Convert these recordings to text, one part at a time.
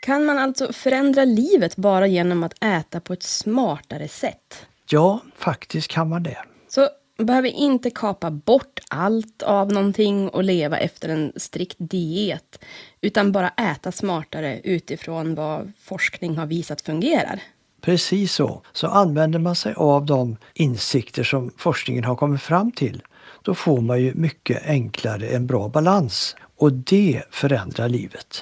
Kan man alltså förändra livet bara genom att äta på ett smartare sätt? Ja, faktiskt kan man det. Så behöver inte kapa bort allt av någonting och leva efter en strikt diet, utan bara äta smartare utifrån vad forskning har visat fungerar. Precis så. Så använder man sig av de insikter som forskningen har kommit fram till, då får man ju mycket enklare en bra balans. Och det förändrar livet.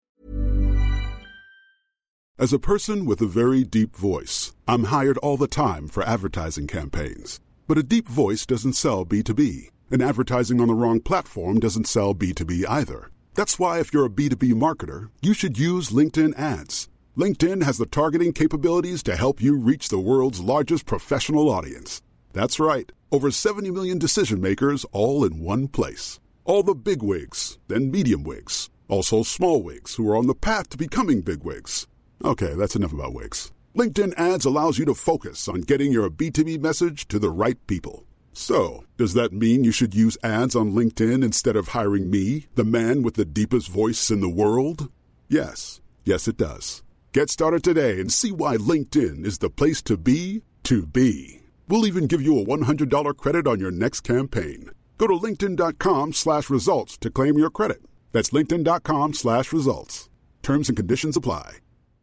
As a person with a very deep voice, I'm hired all the time for advertising campaigns. But a deep voice doesn't sell B2B, and advertising on the wrong platform doesn't sell B2B either. That's why if you're a B2B marketer, you should use LinkedIn ads. LinkedIn has the targeting capabilities to help you reach the world's largest professional audience. That's right, over 70 million decision makers all in one place. All the big wigs, then medium wigs, also small wigs who are on the path to becoming big wigs. Okay, that's enough about wigs. LinkedIn ads allows you to focus on getting your B2B message to the right people. So, does that mean you should use ads on LinkedIn instead of hiring me, the man with the deepest voice in the world? Yes. Yes, it does. Get started today and see why LinkedIn is the place to be to be. We'll even give you a $100 credit on your next campaign. Go to linkedin.com/results to claim your credit. That's linkedin.com/results. Terms and conditions apply.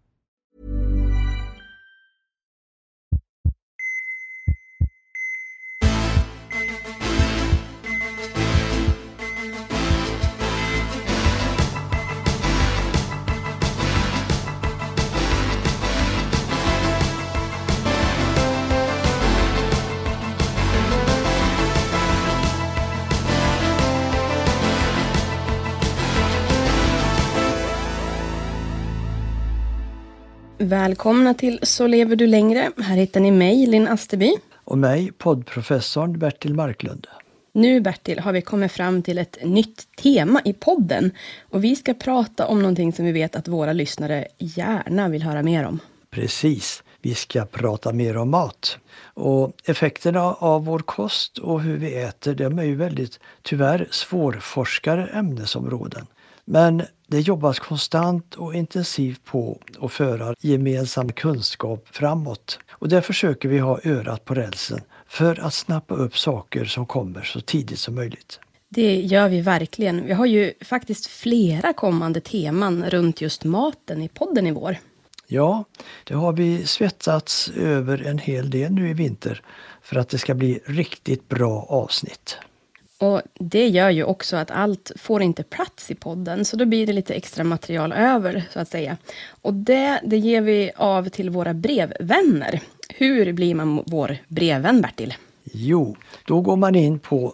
Välkomna till Så lever du längre. Här hittar ni mig, Linn Asterby. Och mig, poddprofessorn Bertil Marklund. Nu Bertil har vi kommit fram till ett nytt tema i podden. Och vi ska prata om någonting som vi vet att våra lyssnare gärna vill höra mer om. Precis, vi ska prata mer om mat. Och effekterna av vår kost och hur vi äter, de är ju väldigt tyvärr svårforskade ämnesområden. Men det jobbas konstant och intensivt på att föra gemensam kunskap framåt. Och där försöker vi ha örat på rälsen för att snappa upp saker som kommer så tidigt som möjligt. Det gör vi verkligen. Vi har ju faktiskt flera kommande teman runt just maten i podden i vår. Ja, det har vi svettats över en hel del nu i vinter för att det ska bli riktigt bra avsnitt. Och det gör ju också att allt får inte plats i podden, så då blir det lite extra material över så att säga. Och det ger vi av till våra brevvänner. Hur blir man vår brevvän, Bertil? Jo, då går man in på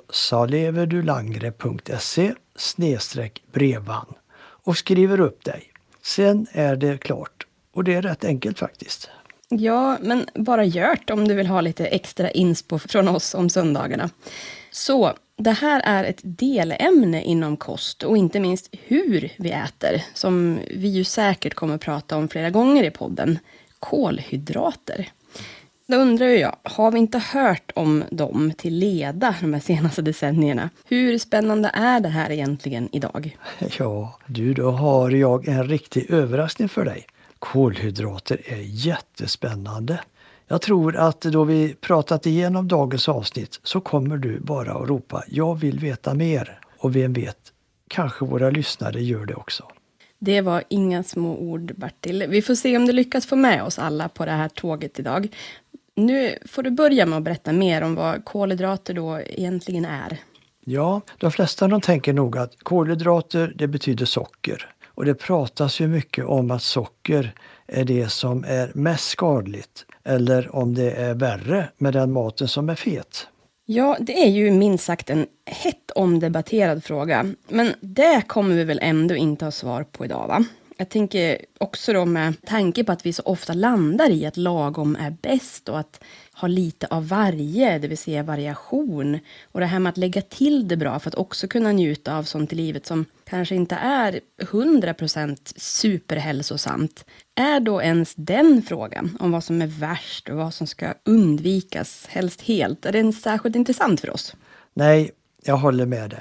saleverdulangre.se/brevvän och skriver upp dig. Sen är det klart. Och det är rätt enkelt faktiskt. Ja, men bara gjort om du vill ha lite extra inspo från oss om söndagarna. Så det här är ett delämne inom kost och inte minst hur vi äter, som vi ju säkert kommer att prata om flera gånger i podden. Kolhydrater. Då undrar jag, har vi inte hört om dem till leda de här senaste decennierna? Hur spännande är det här egentligen idag? Ja, då har jag en riktig överraskning för dig. Kolhydrater är jättespännande. Jag tror att då vi pratat igenom dagens avsnitt så kommer du bara att ropa jag vill veta mer. Och vem vet, kanske våra lyssnare gör det också. Det var inga små ord, Bertil. Vi får se om du lyckas få med oss alla på det här tåget idag. Nu får du börja med att berätta mer om vad kolhydrater då egentligen är. Ja, de flesta de tänker nog att kolhydrater det betyder socker. Och det pratas ju mycket om att socker är det som är mest skadligt. Eller om det är värre med den maten som är fet. Ja, det är ju minst sagt en hett omdebatterad fråga. Men det kommer vi väl ändå inte ha svar på idag, va? Jag tänker också då med tanke på att vi så ofta landar i att lagom är bäst och att ha lite av varje, det vill säga variation. Och det här med att lägga till det bra för att också kunna njuta av sånt i livet som kanske inte är 100% superhälsosamt. Är då ens den frågan om vad som är värst och vad som ska undvikas helst helt? Är den särskilt intressant för oss? Nej, jag håller med dig.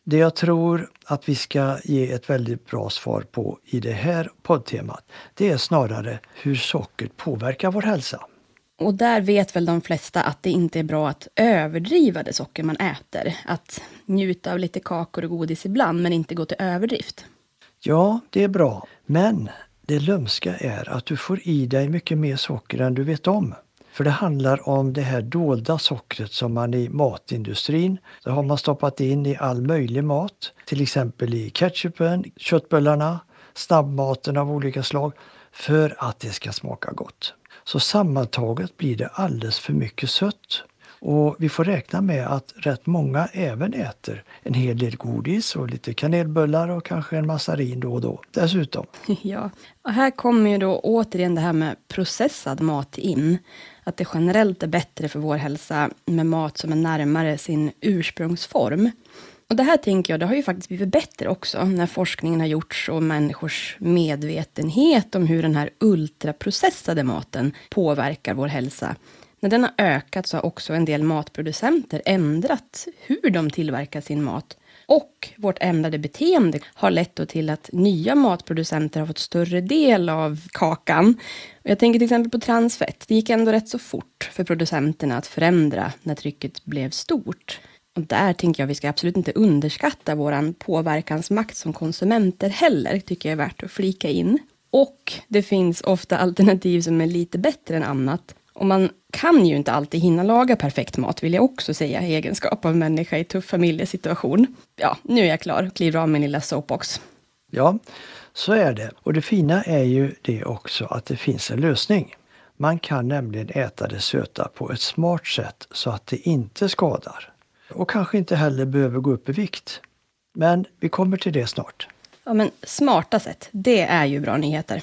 Det jag tror att vi ska ge ett väldigt bra svar på i det här poddtemat, det är snarare hur sockret påverkar vår hälsa. Och där vet väl de flesta att det inte är bra att överdriva det socker man äter. Att njuta av lite kakor och godis ibland, men inte gå till överdrift. Ja, det är bra. Men det lömska är att du får i dig mycket mer socker än du vet om. För det handlar om det här dolda sockret som man i matindustrin, det har man stoppat in i all möjlig mat. Till exempel i ketchupen, köttbullarna, snabbmaten av olika slag. För att det ska smaka gott. Så sammantaget blir det alldeles för mycket sött. Och vi får räkna med att rätt många även äter en hel del godis och lite kanelbullar och kanske en massarin då och då dessutom. Ja, och här kommer ju då återigen det här med processad mat in. Att det generellt är bättre för vår hälsa med mat som är närmare sin ursprungsform. Och det här tänker jag, det har ju faktiskt blivit bättre också när forskningen har gjorts och människors medvetenhet om hur den här ultraprocessade maten påverkar vår hälsa. När den har ökat så har också en del matproducenter ändrat hur de tillverkar sin mat. Och vårt ändrade beteende har lett till att nya matproducenter har fått större del av kakan. Och jag tänker till exempel på transfett. Det gick ändå rätt så fort för producenterna att förändra när trycket blev stort. Och där tänker jag vi ska absolut inte underskatta våran påverkansmakt som konsumenter heller, tycker jag är värt att flika in. Och det finns ofta alternativ som är lite bättre än annat. Och man kan ju inte alltid hinna laga perfekt mat, vill jag också säga, i egenskap av människa i tuff familjesituation. Ja, nu är jag klar. Kliver av min lilla soapbox. Ja, så är det. Och det fina är ju det också att det finns en lösning. Man kan nämligen äta det söta på ett smart sätt så att det inte skadar. Och kanske inte heller behöver gå upp i vikt. Men vi kommer till det snart. Ja, men smarta sätt, det är ju bra nyheter.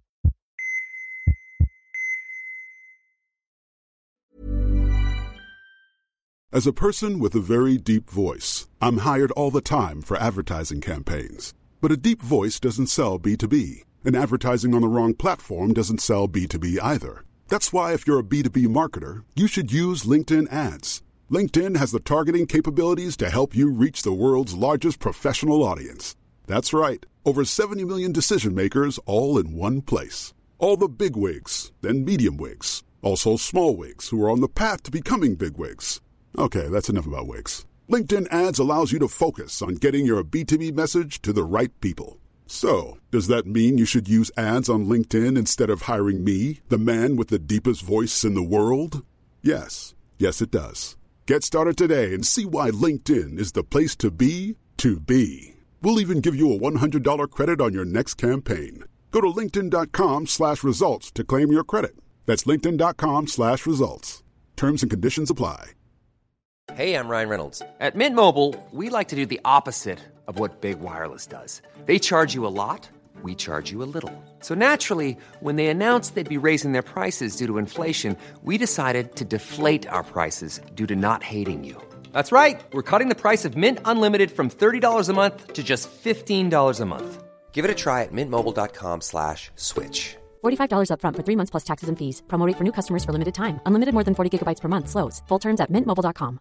As a person with a very deep voice, I'm hired all the time for advertising campaigns. But a deep voice doesn't sell B2B, and advertising on the wrong platform doesn't sell B2B either. That's why if you're a B2B marketer, you should use LinkedIn ads. LinkedIn has the targeting capabilities to help you reach the world's largest professional audience. That's right, over 70 million decision makers all in one place. All the big wigs, then medium wigs, also small wigs who are on the path to becoming big wigs. Okay, that's enough about wigs. LinkedIn ads allows you to focus on getting your B2B message to the right people. So, does that mean you should use ads on LinkedIn instead of hiring me, the man with the deepest voice in the world? Yes. Yes, it does. Get started today and see why LinkedIn is the place to be to be. We'll even give you a $100 credit on your next campaign. Go to linkedin.com/results to claim your credit. That's linkedin.com/results. Terms and conditions apply. Hey, I'm Ryan Reynolds. At Mint Mobile, we like to do the opposite of what Big Wireless does. They charge you a lot, we charge you a little. So naturally, when they announced they'd be raising their prices due to inflation, we decided to deflate our prices due to not hating you. That's right. We're cutting the price of Mint Unlimited from $30 a month to just $15 a month. Give it a try at mintmobile.com/switch. $45 up front for 3 months plus taxes and fees. Promo rate for new customers for limited time. Unlimited more than 40 gigabytes per month. Slows full terms at mintmobile.com.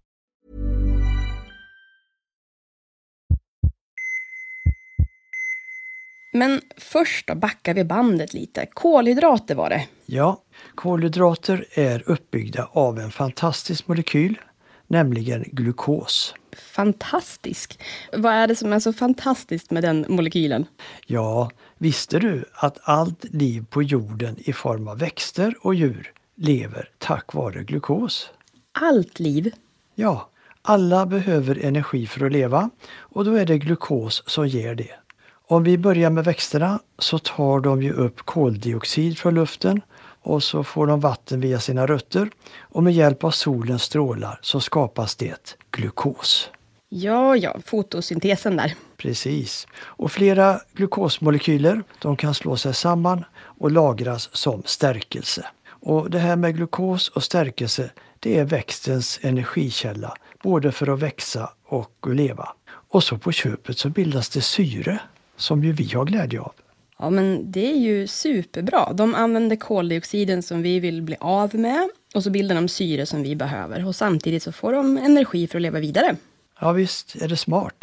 Men först då backar vi bandet lite. Kolhydrater var det. Ja, kolhydrater är uppbyggda av en fantastisk molekyl, nämligen glukos. Fantastisk. Vad är det som är så fantastiskt med den molekylen? Ja, visste du att allt liv på jorden i form av växter och djur lever tack vare glukos? Allt liv? Ja, alla behöver energi för att leva och då är det glukos som ger det. Om vi börjar med växterna så tar de ju upp koldioxid från luften och så får de vatten via sina rötter och med hjälp av solens strålar så skapas det glukos. Ja, fotosyntesen där. Precis. Och flera glukosmolekyler de kan slå sig samman och lagras som stärkelse. Och det här med glukos och stärkelse det är växtens energikälla både för att växa och leva. Och så på köpet så bildas det syre som ju vi har glädje av. Ja, men det är ju superbra. De använder koldioxiden som vi vill bli av med och så bildar de syre som vi behöver. Och samtidigt så får de energi för att leva vidare. Ja visst är det smart.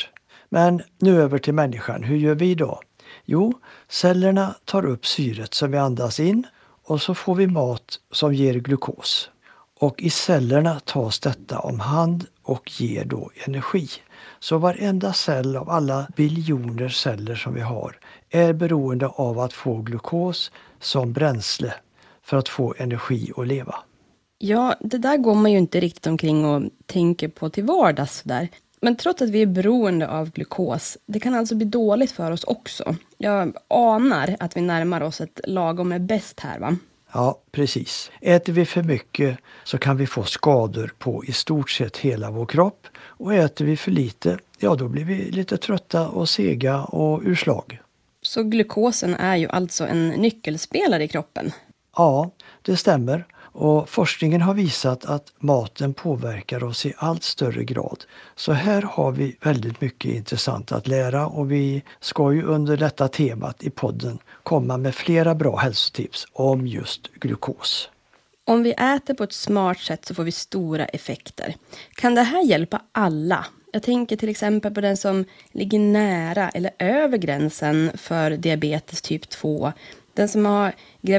Men nu över till människan. Hur gör vi då? Jo, cellerna tar upp syret som vi andas in och så får vi mat som ger glukos. Och i cellerna tas detta om hand och ger då energi. Så varenda cell av alla biljoner celler som vi har är beroende av att få glukos som bränsle för att få energi att leva. Ja, det där går man ju inte riktigt omkring och tänker på till vardags sådär. Men trots att vi är beroende av glukos, det kan alltså bli dåligt för oss också. Jag anar att vi närmar oss ett lagom är bäst här, va? Ja, precis. Äter vi för mycket så kan vi få skador på i stort sett hela vår kropp. Och äter vi för lite, ja då blir vi lite trötta och sega och ur slag. Så glukosen är ju alltså en nyckelspelare i kroppen. Ja, det stämmer. Och forskningen har visat att maten påverkar oss i allt större grad. Så här har vi väldigt mycket intressant att lära och vi ska ju under detta temat i podden komma med flera bra hälsotips om just glukos. Om vi äter på ett smart sätt så får vi stora effekter. Kan det här hjälpa alla? Jag tänker till exempel på den som ligger nära eller över gränsen för diabetes typ 2. Den som har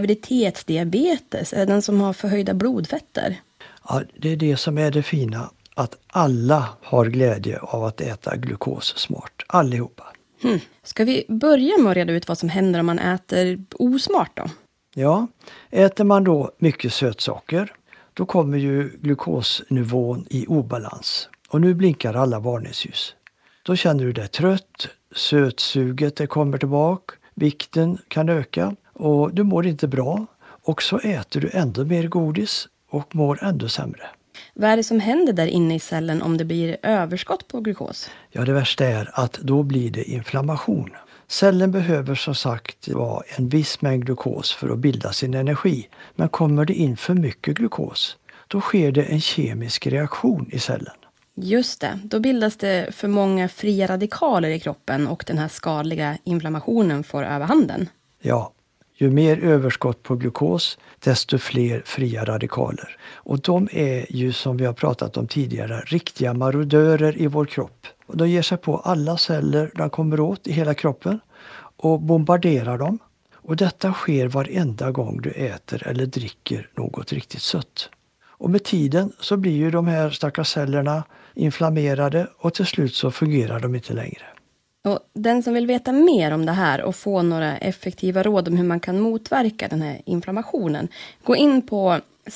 graviditetsdiabetes eller den som har förhöjda blodfetter. Ja, det är det som är det fina. Att alla har glädje av att äta glukos smart. Allihopa. Ska vi börja med att reda ut vad som händer om man äter osmart då? Ja, äter man då mycket sötsaker då kommer ju glukosnivån i obalans. Och nu blinkar alla varningsljus. Då känner du dig trött, sötsuget det kommer tillbaka, vikten kan öka och du mår inte bra. Och så äter du ändå mer godis och mår ändå sämre. Vad är det som händer där inne i cellen om det blir överskott på glukos? Ja, det värsta är att då blir det inflammation. Cellen behöver som sagt vara en viss mängd glukos för att bilda sin energi. Men kommer det in för mycket glukos, då sker det en kemisk reaktion i cellen. Just det, då bildas det för många fria radikaler i kroppen och den här skadliga inflammationen får överhanden. Ja, ju mer överskott på glukos, desto fler fria radikaler. Och de är ju som vi har pratat om tidigare, riktiga marodörer i vår kropp. Och de ger sig på alla celler de kommer åt i hela kroppen och bombarderar dem. Och detta sker varenda gång du äter eller dricker något riktigt sött. Och med tiden så blir ju de här stackars cellerna inflammerade och till slut så fungerar de inte längre. Och den som vill veta mer om det här och få några effektiva råd om hur man kan motverka den här inflammationen, gå in på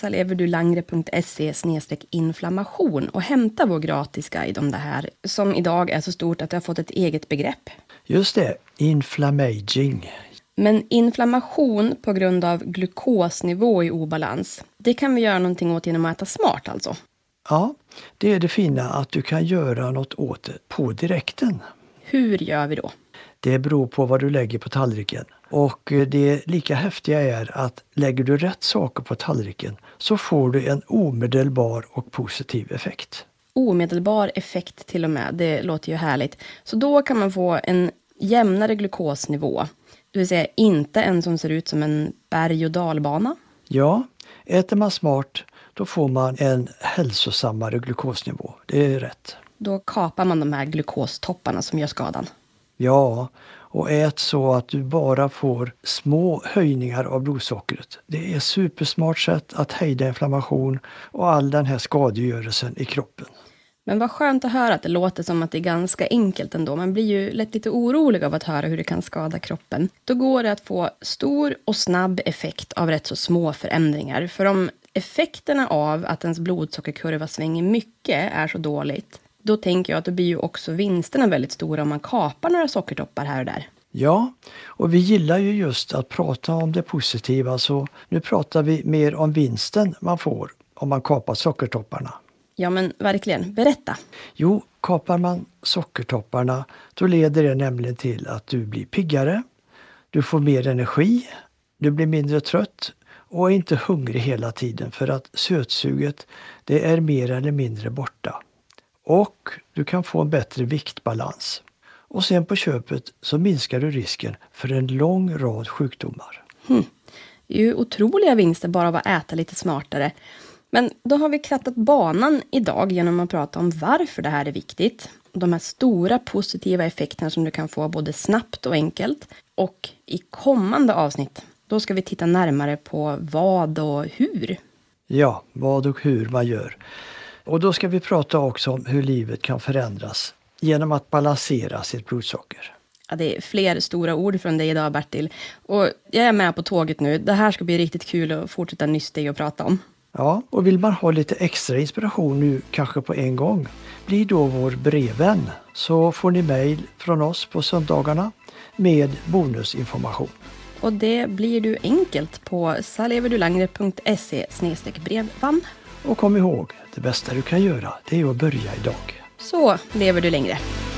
saleverdulangre.se/inflammation och hämta vår gratisguide om det här, som idag är så stort att det har fått ett eget begrepp. Just det, inflammaging. Men inflammation på grund av glukosnivå i obalans, det kan vi göra någonting åt genom att äta smart alltså. Ja, det är det fina att du kan göra något åt det på direkten. Hur gör vi då? Det beror på vad du lägger på tallriken. Och det lika häftiga är att lägger du rätt saker på tallriken så får du en omedelbar och positiv effekt. Omedelbar effekt till och med, det låter ju härligt. Så då kan man få en jämnare glukosnivå. Det vill säga inte en som ser ut som en berg- och dalbana. Ja, äter man smart då får man en hälsosammare glukosnivå. Det är rätt. Då kapar man de här glukostopparna som gör skadan. Ja, och ät så att du bara får små höjningar av blodsockret. Det är ett supersmart sätt att hejda inflammation och all den här skadegörelsen i kroppen. Men vad skönt att höra att det låter som att det är ganska enkelt ändå. Man blir ju lätt lite orolig av att höra hur det kan skada kroppen. Då går det att få stor och snabb effekt av rätt så små förändringar. För om effekterna av att ens blodsockerkurva svänger mycket är så dåligt, då tänker jag att det blir ju också vinsterna väldigt stora om man kapar några sockertoppar här och där. Ja, och vi gillar ju just att prata om det positiva, så nu pratar vi mer om vinsten man får om man kapar sockertopparna. Ja men verkligen, berätta. Jo, kapar man sockertopparna då leder det nämligen till att du blir piggare, du får mer energi, du blir mindre trött och är inte hungrig hela tiden för att sötsuget det är mer eller mindre borta. Och du kan få en bättre viktbalans. Och sen på köpet så minskar du risken för en lång rad sjukdomar. Det är ju otroliga vinster bara av att äta lite smartare. Men då har vi krattat banan idag genom att prata om varför det här är viktigt. De här stora positiva effekterna som du kan få både snabbt och enkelt. Och i kommande avsnitt, då ska vi titta närmare på vad och hur. Ja, vad och hur man gör. Och då ska vi prata också om hur livet kan förändras genom att balansera sitt blodsocker. Ja, det är fler stora ord från dig idag, Bertil. Och jag är med på tåget nu. Det här ska bli riktigt kul att fortsätta nysta och prata om. Ja, och vill man ha lite extra inspiration nu, kanske på en gång, bli då vår brevvän, så får ni mejl från oss på söndagarna med bonusinformation. Och det blir du enkelt på saleverdulangre.se/brevvän. Och kom ihåg, det bästa du kan göra, det är att börja idag. Så lever du längre.